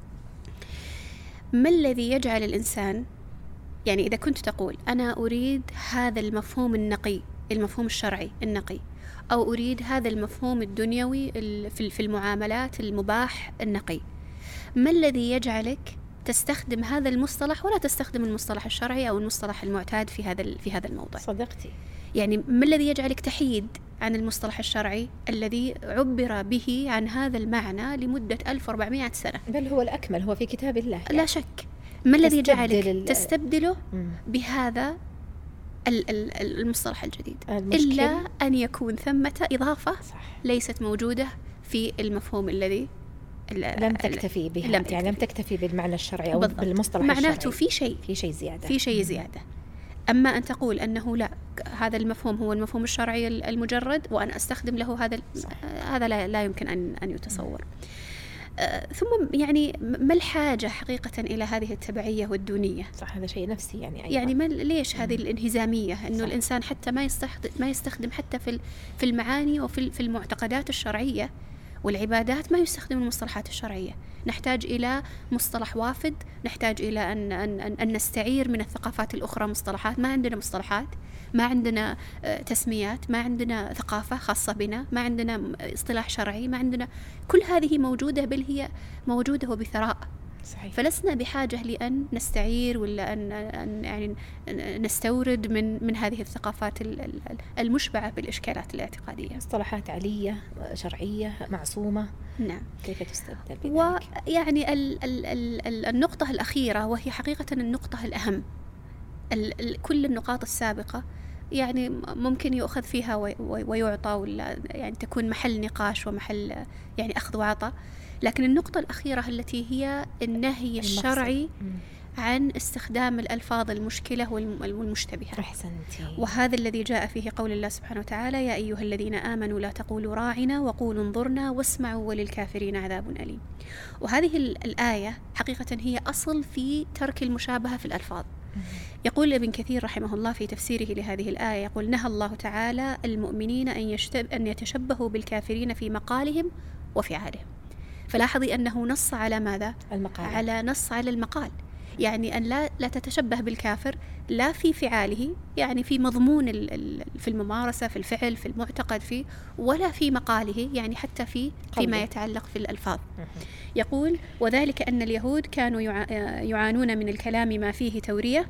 ما الذي يجعل الإنسان، يعني إذا كنت تقول أنا أريد هذا المفهوم النقي، المفهوم الشرعي النقي، أو أريد هذا المفهوم الدنيوي في المعاملات المباح النقي، ما الذي يجعلك تستخدم هذا المصطلح ولا تستخدم المصطلح الشرعي أو المصطلح المعتاد في هذا في هذا الموضوع؟ صدقتي. يعني ما الذي يجعلك تحيد عن المصطلح الشرعي الذي عبر به عن هذا المعنى لمدة ألف وأربعمائة سنة؟ بل هو الأكمل، هو في كتاب الله يعني. لا شك. ما الذي يجعلك تستبدله بهذا المصطلح الجديد؟ إلا أن يكون ثمة إضافة صح. ليست موجودة في المفهوم الذي لم تكتفي بها، لم تكتفي. يعني لم تكتفي بالمعنى الشرعي أو بالضبط. بالمصطلح معناته الشرعي، معناته في شيء في شيء زيادة في شيء زيادة. أما أن تقول أنه لا، هذا المفهوم هو المفهوم الشرعي المجرد وأنا أستخدم له هذا هذا لا, لا يمكن أن أن يتصور. آه ثم يعني ما الحاجة حقيقة إلى هذه التبعية والدونية؟ صح، هذا شيء نفسي يعني أيضا. يعني ما ليش هذه الانهزامية إنه الإنسان حتى ما يستخدم ما يستخدم حتى في في المعاني وفي في المعتقدات الشرعية والعبادات ما يستخدم المصطلحات الشرعية. نحتاج إلى مصطلح وافد، نحتاج إلى أن, أن, أن, أن نستعير من الثقافات الأخرى مصطلحات. ما عندنا مصطلحات، ما عندنا تسميات، ما عندنا ثقافة خاصة بنا، ما عندنا اصطلاح شرعي، ما عندنا كل هذه موجودة، بل هي موجودة وبثراء. صحيح. فلسنا بحاجة لأن نستعير ولا أن, أن يعني نستورد من من هذه الثقافات المشبعة بالإشكالات الاعتقادية. مصطلحات عالية شرعية معصومة. نعم. كيف تستبدل بذلك؟ ويعني ال ال ال النقطة الأخيرة، وهي حقيقة النقطة الأهم، ال ال كل النقاط السابقة يعني ممكن يؤخذ فيها ويعطى ولا يعني تكون محل نقاش ومحل يعني أخذ وعطاء، لكن النقطة الأخيرة التي هي النهي الشرعي عن استخدام الألفاظ المشكلة والمشتبهة. أحسنتي. وهذا الذي جاء فيه قول الله سبحانه وتعالى: يا أيها الذين آمنوا لا تقولوا راعنا وقولوا انظرنا واسمعوا وللكافرين عذاب أليم. وهذه الآية حقيقة هي أصل في ترك المشابهة في الألفاظ. يقول ابن كثير رحمه الله في تفسيره لهذه الآية، يقول: نهى الله تعالى المؤمنين أن, يشتب أن يتشبهوا بالكافرين في مقالهم وفعالهم. فلاحظي أنه نص على ماذا؟ المقال. على نص على المقال، يعني أن لا لا تتشبه بالكافر لا في فعاله، يعني في مضمون في الممارسة، في الفعل، في المعتقد، في ولا في مقاله، يعني حتى في فيما يتعلق في الألفاظ. يقول: وذلك أن اليهود كانوا يعانون من الكلام ما فيه تورية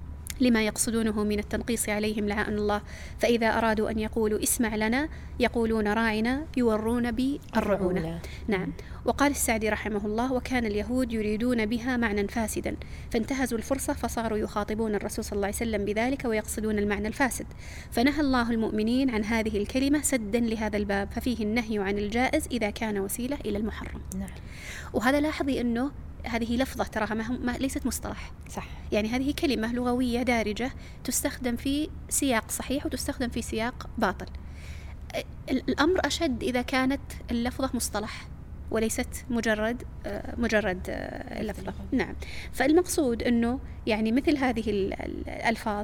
لما يقصدونه من التنقيص عليهم لعن الله، فإذا أرادوا أن يقولوا اسمع لنا يقولون راعنا يورون بالرعونة. نعم. وقال السعدي رحمه الله: وكان اليهود يريدون بها معنى فاسدا فانتهزوا الفرصة فصاروا يخاطبون الرسول صلى الله عليه وسلم بذلك ويقصدون المعنى الفاسد، فنهى الله المؤمنين عن هذه الكلمة سدا لهذا الباب، ففيه النهي عن الجائز إذا كان وسيلة إلى المحرم. نعم. وهذا لاحظي أنه هذه لفظة تراها ما, ما ليست مصطلح. صح. يعني هذه كلمة لغوية دارجة تستخدم في سياق صحيح وتستخدم في سياق باطل. الأمر أشد إذا كانت اللفظة مصطلح، وليست مجرد مجرد لفظة. نعم. فالمقصود أنه يعني مثل هذه الألفاظ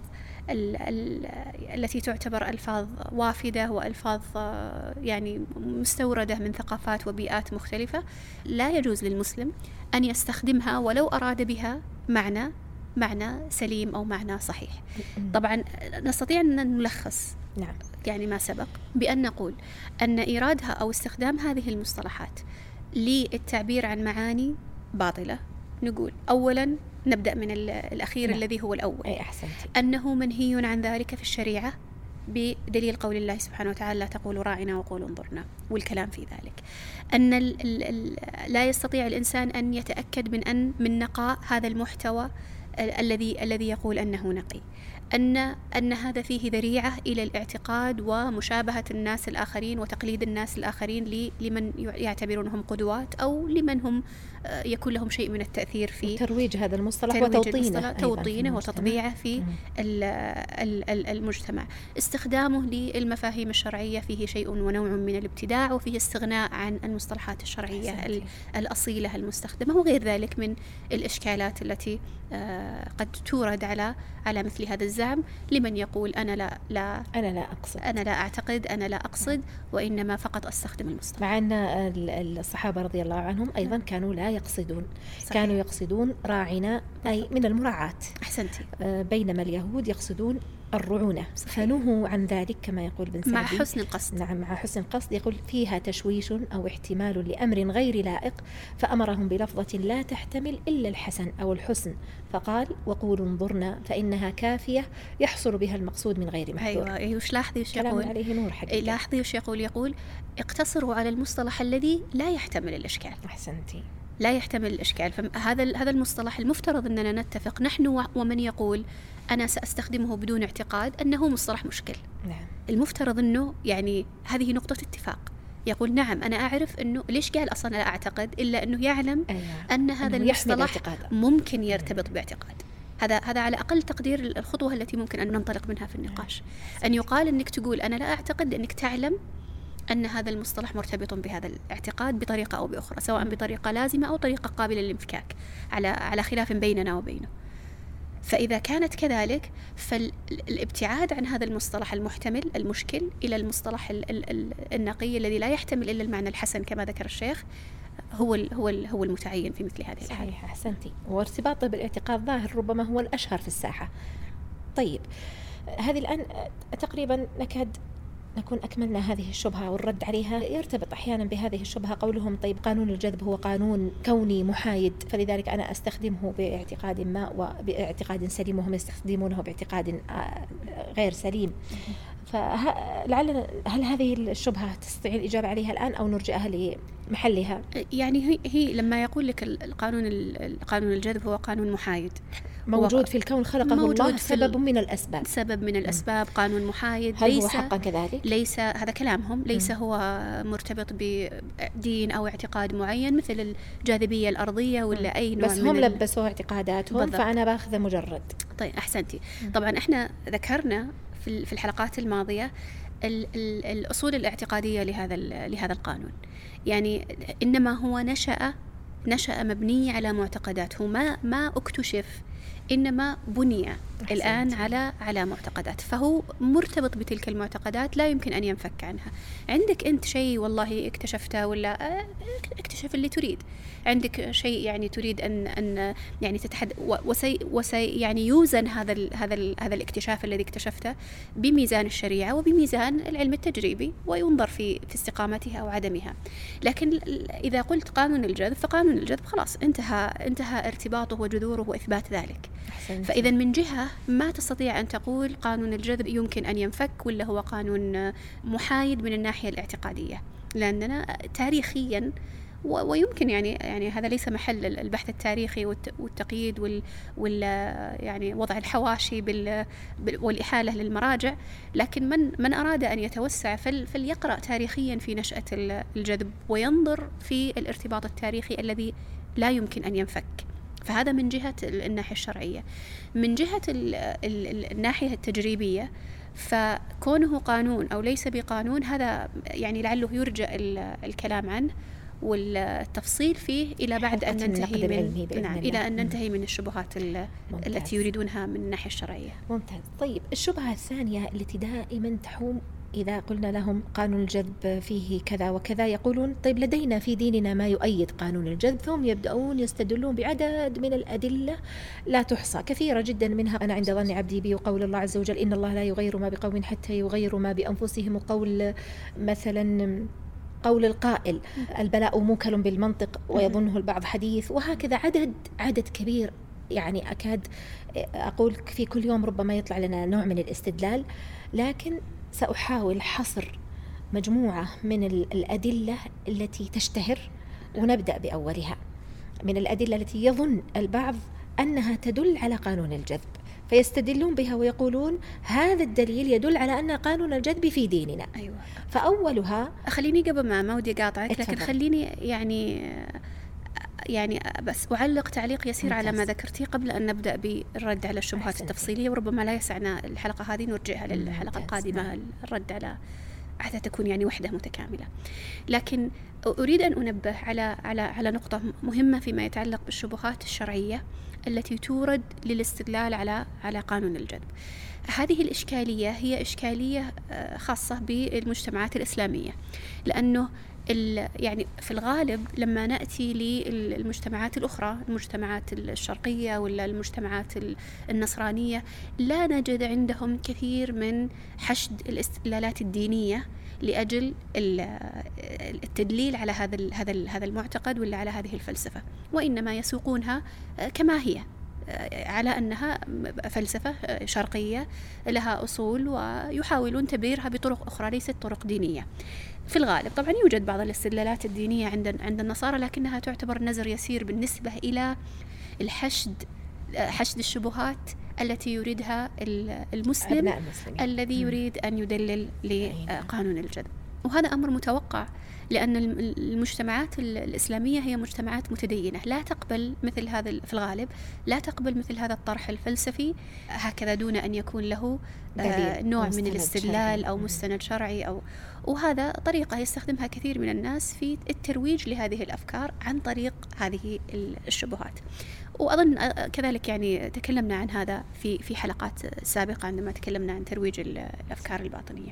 التي تعتبر ألفاظ وافدة وألفاظ يعني مستوردة من ثقافات وبيئات مختلفة، لا يجوز للمسلم أن يستخدمها ولو أراد بها معنى معنى سليم أو معنى صحيح. طبعا نستطيع أن نلخص نعم. يعني ما سبق بأن نقول أن إيرادها أو استخدام هذه المصطلحات للتعبير عن معاني باطلة، نقول أولا نبدأ من الأخير نعم. الذي هو الأول، أي أحسنتي. أنه منهي عن ذلك في الشريعة بدليل قول الله سبحانه وتعالى لا تقولوا راعنا وقولوا انظرنا، والكلام في ذلك. أن ال ال ال لا يستطيع الإنسان أن يتأكد من أن من نقاء هذا المحتوى الذي الذي يقول أنه نقي، أن أن هذا فيه ذريعة إلى الاعتقاد ومشابهة الناس الآخرين وتقليد الناس الآخرين لمن يعتبرونهم قدوات أو لمن هم يكون لهم شيء من التأثير في ترويج هذا المصطلح وتوطينه توطينه وتطبيعه في المجتمع. استخدامه للمفاهيم الشرعية فيه شيء ونوع من الابتداع، وفيه استغناء عن المصطلحات الشرعية حسنتي. الأصيلة المستخدمة، وغير ذلك من الإشكالات التي قد تورد على على مثل هذا الزعم لمن يقول أنا لا لا أنا لا أقصد أنا لا أعتقد أنا لا أقصد وإنما فقط أستخدم المصطلح. مع أن الصحابة رضي الله عنهم أيضا كانوا لا يقصدون صحيح. كانوا يقصدون راعنا أي من المراعاة. أحسنتي. بينما اليهود يقصدون الرعونة، فنهوا عن ذلك كما يقول بن سعدي مع حسن القصد. نعم مع حسن القصد. يقول فيها تشويش أو احتمال لأمر غير لائق، فأمرهم بلفظة لا تحتمل إلا الحسن أو الحسن، فقال وقولوا انظرنا فإنها كافية يحصل بها المقصود من غير محذور. أيوة أيوة. وش لاحظي وش يقول؟ كلام عليه نور حقيقة. لاحظي وش يقول؟ يقول اقتصروا على المصطلح الذي لا يحتمل الإشكال. أحسنتي. لا يحتمل الإشكال. فهذا هذا المصطلح المفترض أننا نتفق نحن ومن يقول أنا سأستخدمه بدون اعتقاد أنه مصطلح مشكل. نعم. المفترض أنه يعني هذه نقطة اتفاق. يقول نعم أنا أعرف أنه ليش قال أصلا لا أعتقد، إلا أنه يعلم أيوة. أن هذا المصطلح ممكن يرتبط مم. باعتقاد. هذا هذا على أقل تقدير الخطوة التي ممكن أن ننطلق منها في النقاش. أن يقال أنك تقول أنا لا أعتقد، أنك تعلم أن هذا المصطلح مرتبط بهذا الاعتقاد بطريقة أو بأخرى، سواء بطريقة لازمة أو طريقة قابلة للانفكاك على على خلاف بيننا وبينه. فإذا كانت كذلك فالابتعاد عن هذا المصطلح المحتمل المشكل إلى المصطلح النقي الذي لا يحتمل إلا المعنى الحسن كما ذكر الشيخ هو هو هو المتعين في مثل هذه الحالة. صحيح أحسنتي. وارتباطه بالاعتقاد ظاهر ربما هو الأشهر في الساحة. طيب هذه الآن تقريبا نكاد نكون أكملنا هذه الشبهة والرد عليها. يرتبط أحيانا بهذه الشبهة قولهم طيب قانون الجذب هو قانون كوني محايد، فلذلك أنا أستخدمه باعتقاد ما وباعتقاد سليم، وهم يستخدمونه باعتقاد غير سليم. فلعلنا هل هذه الشبهة تستطيع الإجابة عليها الآن أو نرجئها لمحلها؟ يعني هي, هي لما يقول لك القانون القانون الجذب هو قانون محايد موجود في الكون خلقه الله سبب من الأسباب سبب من الأسباب قانون محايد. هل ليس هو حقا كذلك؟ ليس هذا كلامهم، ليس هو مرتبط بدين أو اعتقاد معين مثل الجاذبية الأرضية ولا أي نوع بس من هم لبسوا اعتقاداتهم بالضبط. فأنا باخذ مجرد. طيب أحسنتي. طبعا إحنا ذكرنا في الحلقات الماضية الأصول الاعتقادية لهذا لهذا القانون، يعني إنما هو نشأ نشأ مبني على معتقدات، هو ما ما اكتشف، إنما بني الآن على على معتقدات، فهو مرتبط بتلك المعتقدات لا يمكن أن ينفك عنها. عندك أنت شيء والله اكتشفته ولا اكتشف اللي تريد، عندك شيء يعني تريد أن أن يعني تتحد وسي وسي يعني يوزن هذا ال هذا ال هذا الاكتشاف الذي اكتشفته بميزان الشريعة وبميزان العلم التجريبي، وينظر في في استقامتها أو عدمها. لكن إذا قلت قانون الجذب فقانون الجذب خلاص انتهى انتهى ارتباطه وجذوره وإثبات ذلك. فإذا من جهة ما تستطيع أن تقول قانون الجذب يمكن أن ينفك ولا هو قانون محايد من الناحية الاعتقادية، لأننا تاريخيا ويمكن يعني يعني هذا ليس محل البحث التاريخي والتقييد وال, وال يعني وضع الحواشي بال والإحالة للمراجع، لكن من من أراد أن يتوسع فليقرأ تاريخيا في نشأة الجذب وينظر في الارتباط التاريخي الذي لا يمكن أن ينفك. فهذا من جهة الناحية الشرعية. من جهة الناحية التجريبية فكونه قانون أو ليس بقانون هذا يعني لعله يرجى الكلام عنه، والتفصيل فيه إلى بعد أن ننتهي من نعم إلى أن ننتهي من الشبهات التي يريدونها من الناحية الشرعية. ممتاز. طيب الشبهة الثانية التي دائما تحوم إذا قلنا لهم قانون الجذب فيه كذا وكذا، يقولون طيب لدينا في ديننا ما يؤيد قانون الجذب، ثم يبدأون يستدلون بعدد من الأدلة لا تحصى كثيرة جدا، منها أنا عند ظن عبدي بي، وقول الله عز وجل إن الله لا يغير ما بقوم حتى يغيروا ما بأنفسهم، وقول مثلا قول القائل البلاء موكل بالمنطق ويظنه البعض حديث، وهكذا عدد عدد كبير. يعني أكاد أقول في كل يوم ربما يطلع لنا نوع من الاستدلال، لكن سأحاول حصر مجموعة من الأدلة التي تشتهر، ونبدأ بأولها من الأدلة التي يظن البعض أنها تدل على قانون الجذب، فيستدلون بها ويقولون هذا الدليل يدل على أن قانون الجذب في ديننا. أيوة. فأولها، خليني قبل ما ما ودي قاطعك، لكن خليني يعني يعني بس أعلق تعليق يسير ممتاز. على ما ذكرتي قبل أن نبدأ بالرد على الشبهات التفصيلية، وربما لا يسعنا الحلقة هذه نرجعها للحلقة القادمة الرد على حتى تكون يعني وحدة متكاملة. لكن أريد أن أنبه على على على نقطة مهمة فيما يتعلق بالشبهات الشرعية التي تورد للاستدلال على على قانون الجذب. هذه الإشكالية هي إشكالية خاصة بالمجتمعات الإسلامية، لأنه يعني في الغالب لما نأتي للمجتمعات الأخرى، المجتمعات الشرقية ولا المجتمعات النصرانية، لا نجد عندهم كثير من حشد الاستدلالات الدينية لأجل التدليل على هذا هذا هذا المعتقد ولا على هذه الفلسفة، وإنما يسوقونها كما هي على أنها فلسفة شرقية لها أصول، ويحاولون تبريرها بطرق أخرى ليست طرق دينية. في الغالب طبعا يوجد بعض الاستدلالات الدينية عند عند النصارى، لكنها تعتبر نزر يسير بالنسبة إلى الحشد حشد الشبهات التي يريدها المسلم الذي يريد أن يدلل لقانون الجذب. وهذا أمر متوقع، لأن المجتمعات الإسلامية هي مجتمعات متدينة، لا تقبل مثل هذا في الغالب لا تقبل مثل هذا الطرح الفلسفي هكذا دون أن يكون له نوع من الاستدلال أو مستند شرعي، أو وهذا طريقة يستخدمها كثير من الناس في الترويج لهذه الأفكار عن طريق هذه الشبهات. وأظن كذلك يعني تكلمنا عن هذا في في حلقات سابقة عندما تكلمنا عن ترويج الأفكار الباطنية.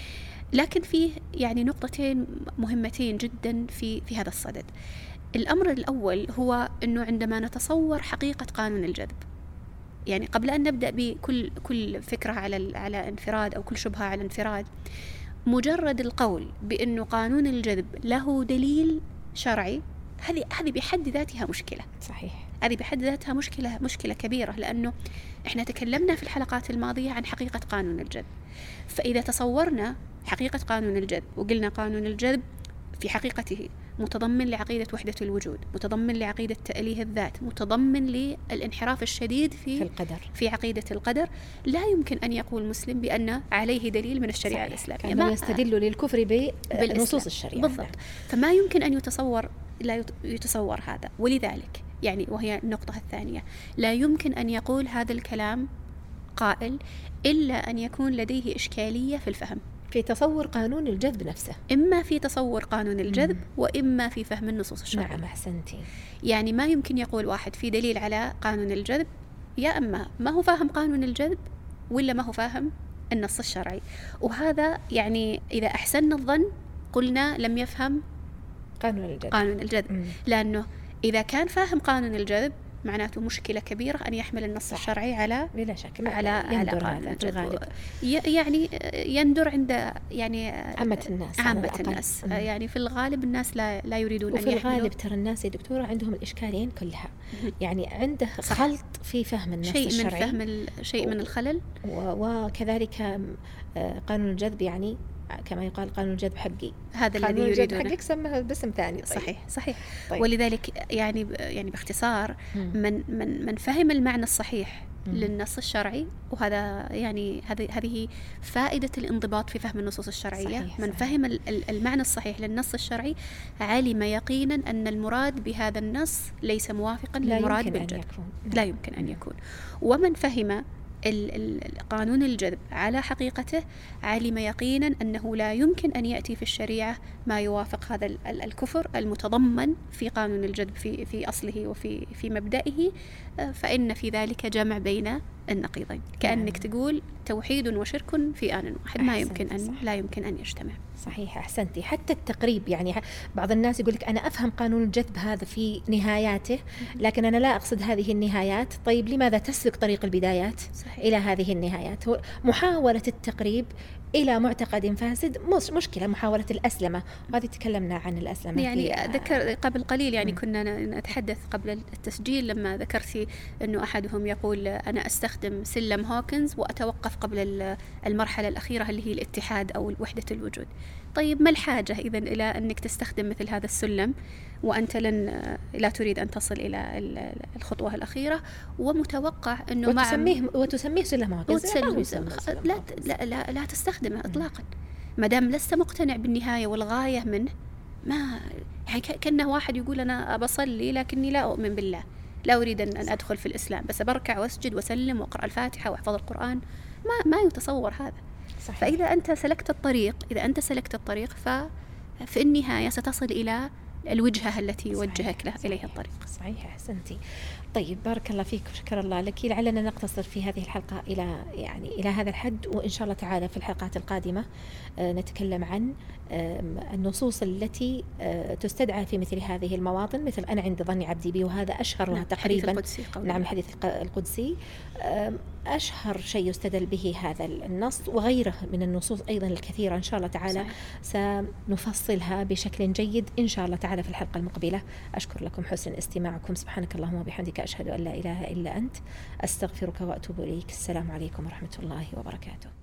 لكن فيه يعني نقطتين مهمتين جدا في في هذا الصدد. الأمر الأول هو أنه عندما نتصور حقيقة قانون الجذب، يعني قبل أن نبدأ بكل كل فكرة على على انفراد أو كل شبهة على انفراد، مجرد القول بأنه قانون الجذب له دليل شرعي، هذه هذه بحد ذاتها مشكلة. صحيح. هذه بحد ذاتها مشكلة مشكلة كبيرة، لأنه إحنا تكلمنا في الحلقات الماضية عن حقيقة قانون الجذب. فإذا تصورنا حقيقة قانون الجذب وقلنا قانون الجذب في حقيقته متضمن لعقيدة وحدة الوجود، متضمن لعقيدة تأليه الذات، متضمن للانحراف الشديد في في القدر، في عقيدة القدر، لا يمكن أن يقول مسلم بأن عليه دليل من الشريعة الإسلامية. ما يستدل للكفر بنصوص الشريعة. بالضبط. فما يمكن أن يتصور لا يتصور هذا، ولذلك يعني وهي النقطة الثانية، لا يمكن أن يقول هذا الكلام قائل إلا أن يكون لديه إشكالية في الفهم، في تصور قانون الجذب نفسه، إما في تصور قانون الجذب مم. وإما في فهم النصوص الشرعية. نعم أحسنتي. يعني ما يمكن يقول واحد في دليل على قانون الجذب، يا أما ما هو فاهم قانون الجذب ولا ما هو فاهم النص الشرعي. وهذا يعني إذا أحسننا الظن قلنا لم يفهم قانون الجذب, قانون الجذب. مم. لأنه إذا كان فاهم قانون الجذب معناته مشكلة كبيرة أن يحمل النص صح. الشرعي على بلا شك على على قانون الجذب، يعني يندر عند يعني عامة الناس عامة الناس مم. يعني في الغالب الناس لا لا يريدون أن يحملوا. وفي الغالب ترى الناس يا دكتورة عندهم الإشكالين كلها، مم. يعني عنده صح. خلط في فهم النص شيء الشرعي، من فهم شيء من الخلل، وكذلك قانون الجذب يعني كما يقال قانون الجذب حقي، هذا الذي يريدونه حقك سماه باسم ثاني. طيب. صحيح صحيح. طيب. ولذلك يعني يعني باختصار مم. من من من فهم المعنى الصحيح مم. للنص الشرعي، وهذا يعني هذه هذه فائدة الانضباط في فهم النصوص الشرعية. صحيح. من صحيح. فهم المعنى الصحيح للنص الشرعي علم يقينا أن المراد بهذا النص ليس موافقا للمراد بالجذب، لا يمكن أن يكون. ومن فهم قانون الجذب على حقيقته علم يقينا أنه لا يمكن أن يأتي في الشريعة ما يوافق هذا الكفر المتضمن في قانون الجذب في في أصله وفي في مبدئه، فإن في ذلك جمع بين النقيضين، كأنك تقول توحيد وشرك في آن واحد، ما يمكن أن لا يمكن أن يجتمع. صحيح، أحسنتي. حتى التقريب، يعني بعض الناس يقول لك أنا أفهم قانون الجذب هذا في نهاياته، لكن أنا لا أقصد هذه النهايات. طيب لماذا تسلك طريق البدايات صحيح. إلى هذه النهايات؟ محاولة التقريب إلى معتقد فاسد مش مشكلة، محاولة الأسلمة، وهذه تكلمنا عن الأسلمة يعني ذكر قبل قليل، يعني م. كنا نتحدث قبل التسجيل لما ذكرتي أنه أحدهم يقول أنا أستخدم سلم هوكنز وأتوقف قبل المرحلة الأخيرة اللي هي الاتحاد أو وحدة الوجود. طيب ما الحاجة إذن إلى أنك تستخدم مثل هذا السلم وأنت لن لا تريد أن تصل إلى الخطوة الأخيرة، ومتوقع أنه وتسميه مع وتسميه سلم هوكنز؟ لا لا لا, لا تستخدمه إطلاقا ما دام لست مقتنع بالنهاية والغاية منه. ما يعني كأنه واحد يقول أنا بصلي لكني لا أؤمن بالله، لا أريد أن أدخل في الإسلام، بس بركع واسجد وسلم وأقرأ الفاتحة وأحفظ القرآن. ما ما يتصور هذا. صحيح. فإذا أنت سلكت الطريق إذا أنت سلكت الطريق ففي النهاية ستصل إلى الوجهة التي يوجهك له إليها الطريق. صحيح، أحسنتي. طيب بارك الله فيك وشكر الله لك. لعلنا نقتصر في هذه الحلقة إلى يعني إلى هذا الحد، وإن شاء الله تعالى في الحلقات القادمة نتكلم عن النصوص التي تستدعى في مثل هذه المواطن، مثل أنا عند ظن عبدي بي، وهذا أشهرها نعم تقريبا. نعم الحديث القدسي أشهر شيء يستدل به هذا النص، وغيره من النصوص أيضا الكثيرة إن شاء الله تعالى صحيح. سنفصلها بشكل جيد إن شاء الله تعالى في الحلقة المقبلة. أشكر لكم حسن استماعكم، سبحانك اللهم وبحمدك، أشهد أن لا إله إلا أنت، أستغفرك وأتوب إليك. السلام عليكم ورحمة الله وبركاته.